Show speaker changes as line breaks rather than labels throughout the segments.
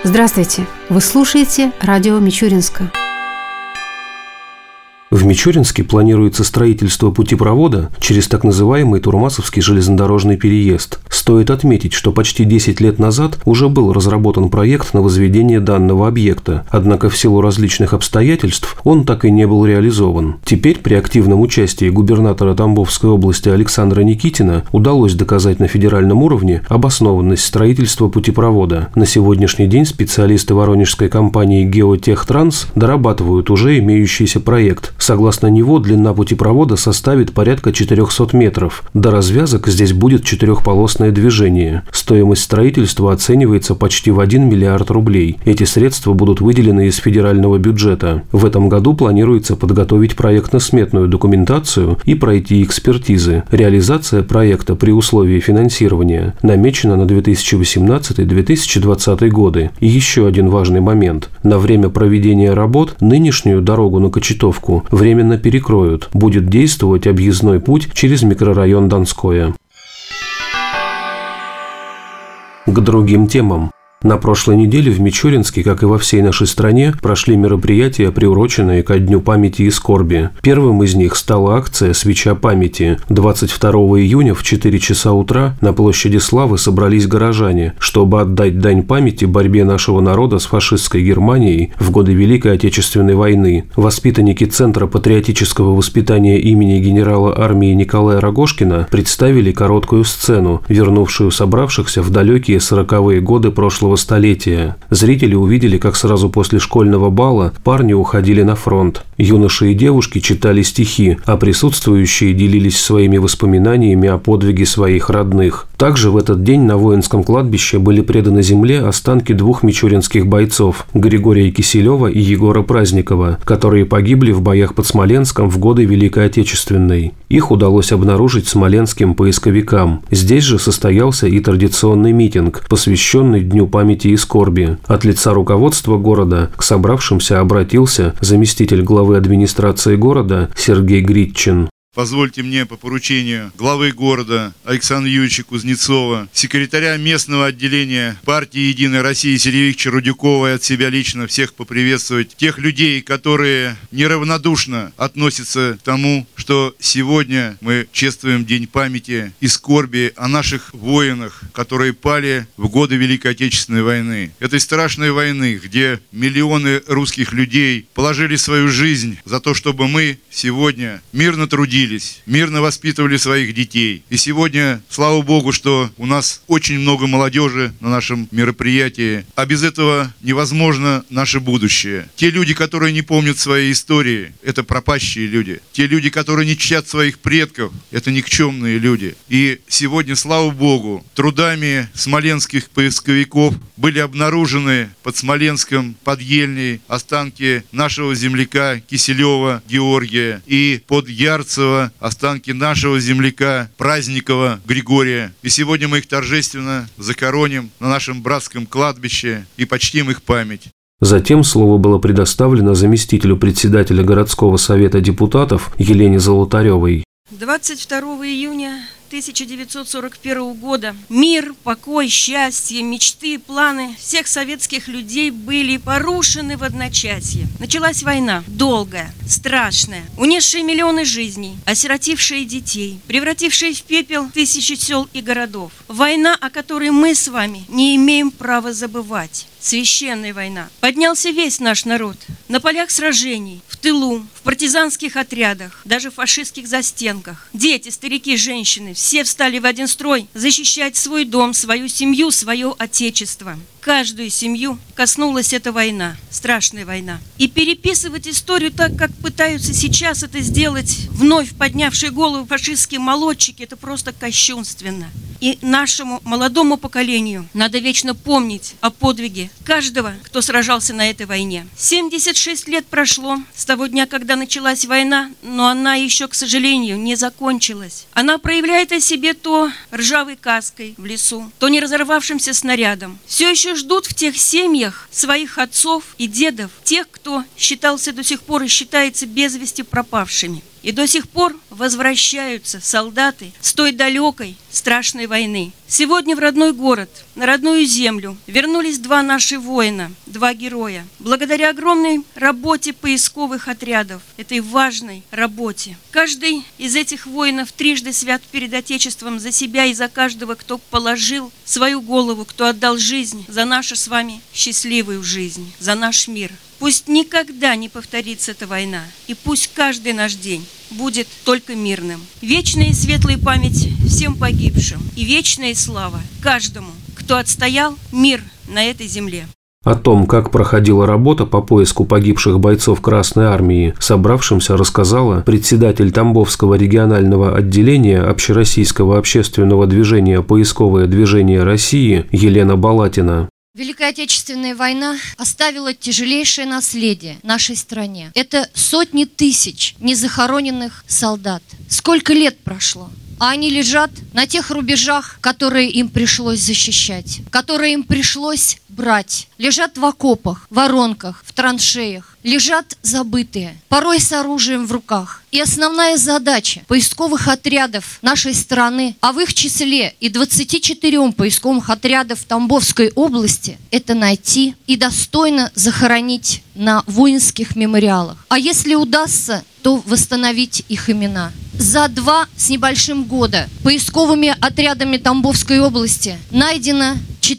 Здравствуйте! Вы слушаете радио Мичуринска.
В Мичуринске планируется строительство путепровода через так называемый Турмасовский железнодорожный переезд. Стоит отметить, что почти 10 лет назад уже был разработан проект на возведение данного объекта, однако в силу различных обстоятельств он так и не был реализован. Теперь при активном участии губернатора Тамбовской области Александра Никитина удалось доказать на федеральном уровне обоснованность строительства путепровода. На сегодняшний день специалисты воронежской компании «Геотехтранс» дорабатывают уже имеющийся проект. Согласно него, длина путепровода составит порядка 400 метров. До развязок здесь будет четырехполосное движение. Стоимость строительства оценивается почти в 1 миллиард рублей. Эти средства будут выделены из федерального бюджета. В этом году планируется подготовить проектно-сметную документацию и пройти экспертизы. Реализация проекта при условии финансирования намечена на 2018-2020 годы. И еще один важный момент. На время проведения работ нынешнюю дорогу на Кочетовку временно перекроют. Будет действовать объездной путь через микрорайон Донское. К другим темам. На прошлой неделе в Мичуринске, как и во всей нашей стране, прошли мероприятия, приуроченные ко Дню памяти и скорби. Первым из них стала акция «Свеча памяти». 22 июня в 4 часа утра на площади Славы собрались горожане, чтобы отдать дань памяти борьбе нашего народа с фашистской Германией в годы Великой Отечественной войны. Воспитанники Центра патриотического воспитания имени генерала армии Николая Рогожкина представили короткую сцену, вернувшую собравшихся в далекие 40-е годы прошлого столетия. Зрители увидели, как сразу после школьного бала парни уходили на фронт. Юноши и девушки читали стихи, а присутствующие делились своими воспоминаниями о подвиге своих родных. Также в этот день на воинском кладбище были преданы земле останки двух мичуринских бойцов – Григория Киселева и Егора Праздникова, которые погибли в боях под Смоленском в годы Великой Отечественной. Их удалось обнаружить смоленским поисковикам. Здесь же состоялся и традиционный митинг, посвященный Дню памяти и скорби. От лица руководства города к собравшимся обратился заместитель главы администрации города Сергей Гритчин.
Позвольте мне по поручению главы города Александра Юрьевича Кузнецова, секретаря местного отделения партии «Единая Россия» Сергея Викторовича Рудюкова и от себя лично всех поприветствовать тех людей, которые неравнодушно относятся к тому, что сегодня мы чествуем День памяти и скорби о наших воинах, которые пали в годы Великой Отечественной войны. Этой страшной войны, где миллионы русских людей положили свою жизнь за то, чтобы мы сегодня мирно трудились, мирно воспитывали своих детей. И сегодня, слава Богу, что у нас очень много молодежи на нашем мероприятии, а без этого невозможно наше будущее. Те люди, которые не помнят своей истории, это пропащие люди. Те люди, которые не чтят своих предков, это никчемные люди. И сегодня, слава Богу, трудами смоленских поисковиков были обнаружены под Смоленском, под Ельней, останки нашего земляка Киселева Георгия и под Ярцево останки нашего земляка Праздникова Григория. И сегодня мы их торжественно захороним на нашем братском кладбище и почтим их память.
Затем слово было предоставлено заместителю председателя городского совета депутатов Елене Золотаревой.
22 июня 1941 года мир, покой, счастье, мечты, планы всех советских людей были порушены в одночасье. Началась война, долгая, страшная, унесшая миллионы жизней, осиротившая детей, превратившая в пепел тысячи сел и городов. Война, о которой мы с вами не имеем права забывать. Священная война. Поднялся весь наш народ. На полях сражений, в тылу, в партизанских отрядах, даже в фашистских застенках. Дети, старики, женщины, все встали в один строй защищать свой дом, свою семью, свое отечество. Каждую семью коснулась эта война, страшная война. И переписывать историю так, как пытаются сейчас это сделать вновь поднявшие голову фашистские молодчики, это просто кощунственно. И нашему молодому поколению надо вечно помнить о подвиге каждого, кто сражался на этой войне. 76 лет прошло с того дня, когда началась война, но она еще, к сожалению, не закончилась. Она проявляет о себе то ржавой каской в лесу, то не разорвавшимся снарядом. Все еще ждут в тех семьях своих отцов и дедов, тех, кто считался до сих пор и считается без вести пропавшими. И до сих пор возвращаются солдаты с той далекой, страшной войны. Сегодня в родной город, на родную землю вернулись 2 наши воина, 2 героя. Благодаря огромной работе поисковых отрядов, этой важной работе. Каждый из этих воинов трижды свят перед Отечеством за себя и за каждого, кто положил свою голову, кто отдал жизнь за нашу с вами счастливую жизнь, за наш мир. Пусть никогда не повторится эта война, и пусть каждый наш день будет только мирным. Вечная и светлая память всем погибшим, и вечная слава каждому, кто отстоял мир на этой земле.
О том, как проходила работа по поиску погибших бойцов Красной Армии, собравшимся рассказала председатель Тамбовского регионального отделения Общероссийского общественного движения «Поисковое движение России» Елена Балатина.
Великая Отечественная война оставила тяжелейшее наследие нашей стране. Это сотни тысяч незахороненных солдат. Сколько лет прошло? А они лежат на тех рубежах, которые им пришлось защищать, которые им пришлось брать. Лежат в окопах, воронках, в траншеях. Лежат забытые, порой с оружием в руках. И основная задача поисковых отрядов нашей страны, а в их числе и 24 поисковых отрядов Тамбовской области, это найти и достойно захоронить на воинских мемориалах. А если удастся, то восстановить их имена. За 2 с небольшим года поисковыми отрядами Тамбовской области найдено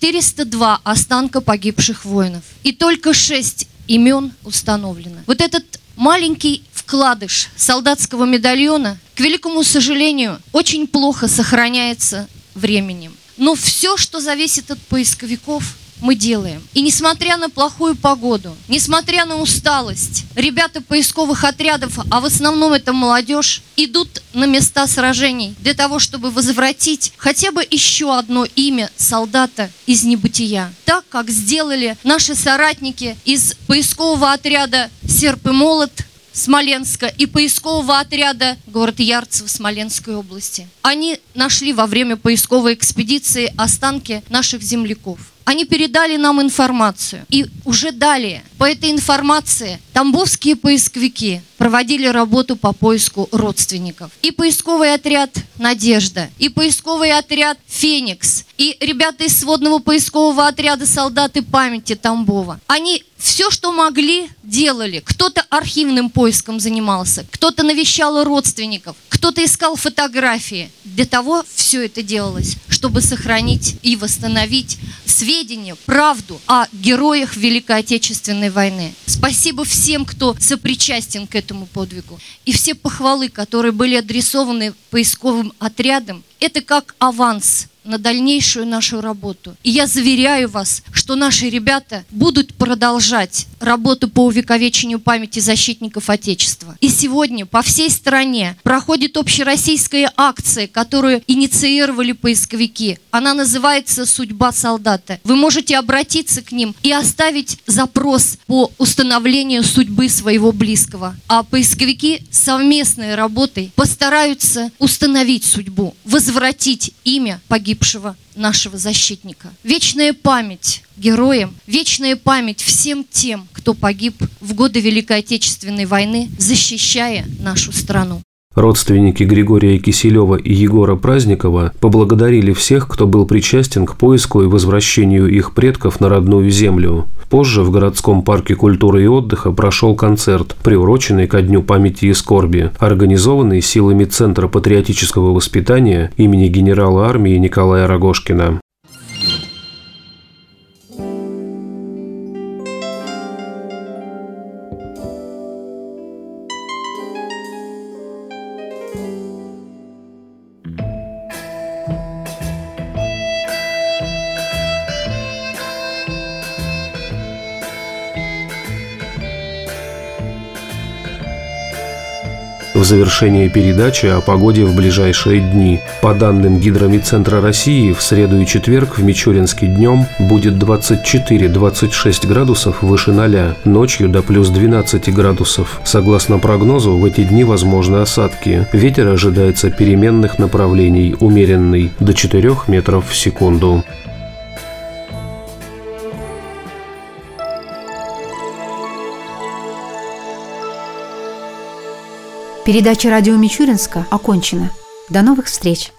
402 останка погибших воинов. И только 6 имен установлено. Вот этот маленький вкладыш солдатского медальона, к великому сожалению, очень плохо сохраняется временем. Но все, что зависит от поисковиков, мы делаем. И несмотря на плохую погоду, несмотря на усталость, ребята поисковых отрядов, а в основном это молодежь, идут на места сражений для того, чтобы возвратить хотя бы еще одно имя солдата из небытия. Так, как сделали наши соратники из поискового отряда «Серп и молот» Смоленска и поискового отряда город Ярцево Смоленской области. Они нашли во время поисковой экспедиции останки наших земляков. Они передали нам информацию. И уже далее по этой информации тамбовские поисковики проводили работу по поиску родственников. И поисковый отряд «Надежда», и поисковый отряд «Феникс», и ребята из сводного поискового отряда «Солдаты памяти» Тамбова. Они все, что могли, делали. Кто-то архивным поиском занимался, кто-то навещал родственников, кто-то искал фотографии. Для того все это делалось, чтобы сохранить и восстановить сведения, правду о героях Великой Отечественной войны. Спасибо всем, кто сопричастен к этому подвигу. И все похвалы, которые были адресованы поисковым отрядам, это как аванс на дальнейшую нашу работу. И я заверяю вас, что наши ребята будут продолжать работу по увековечению памяти защитников Отечества. И сегодня по всей стране проходит общероссийская акция, которую инициировали поисковики. Она называется «Судьба солдата». Вы можете обратиться к ним и оставить запрос по установлению судьбы своего близкого. А поисковики совместной работой постараются установить судьбу, возвратить имя погибшего нашего защитника. Вечная память героям, вечная память всем тем, кто погиб в годы Великой Отечественной войны, защищая нашу страну.
Родственники Григория Киселева и Егора Праздникова поблагодарили всех, кто был причастен к поиску и возвращению их предков на родную землю. Позже в городском парке культуры и отдыха прошел концерт, приуроченный ко Дню памяти и скорби, организованный силами Центра патриотического воспитания имени генерала армии Николая Рогожкина. В завершение передачи о погоде в ближайшие дни. По данным Гидромедцентра России, в среду и четверг в Мичуринске днем будет 24-26 градусов выше 0, ночью до плюс 12 градусов. Согласно прогнозу, в эти дни возможны осадки. Ветер ожидается переменных направлений, умеренный, до 4 метров в секунду.
Передача «Радио Мичуринска» окончена. До новых встреч!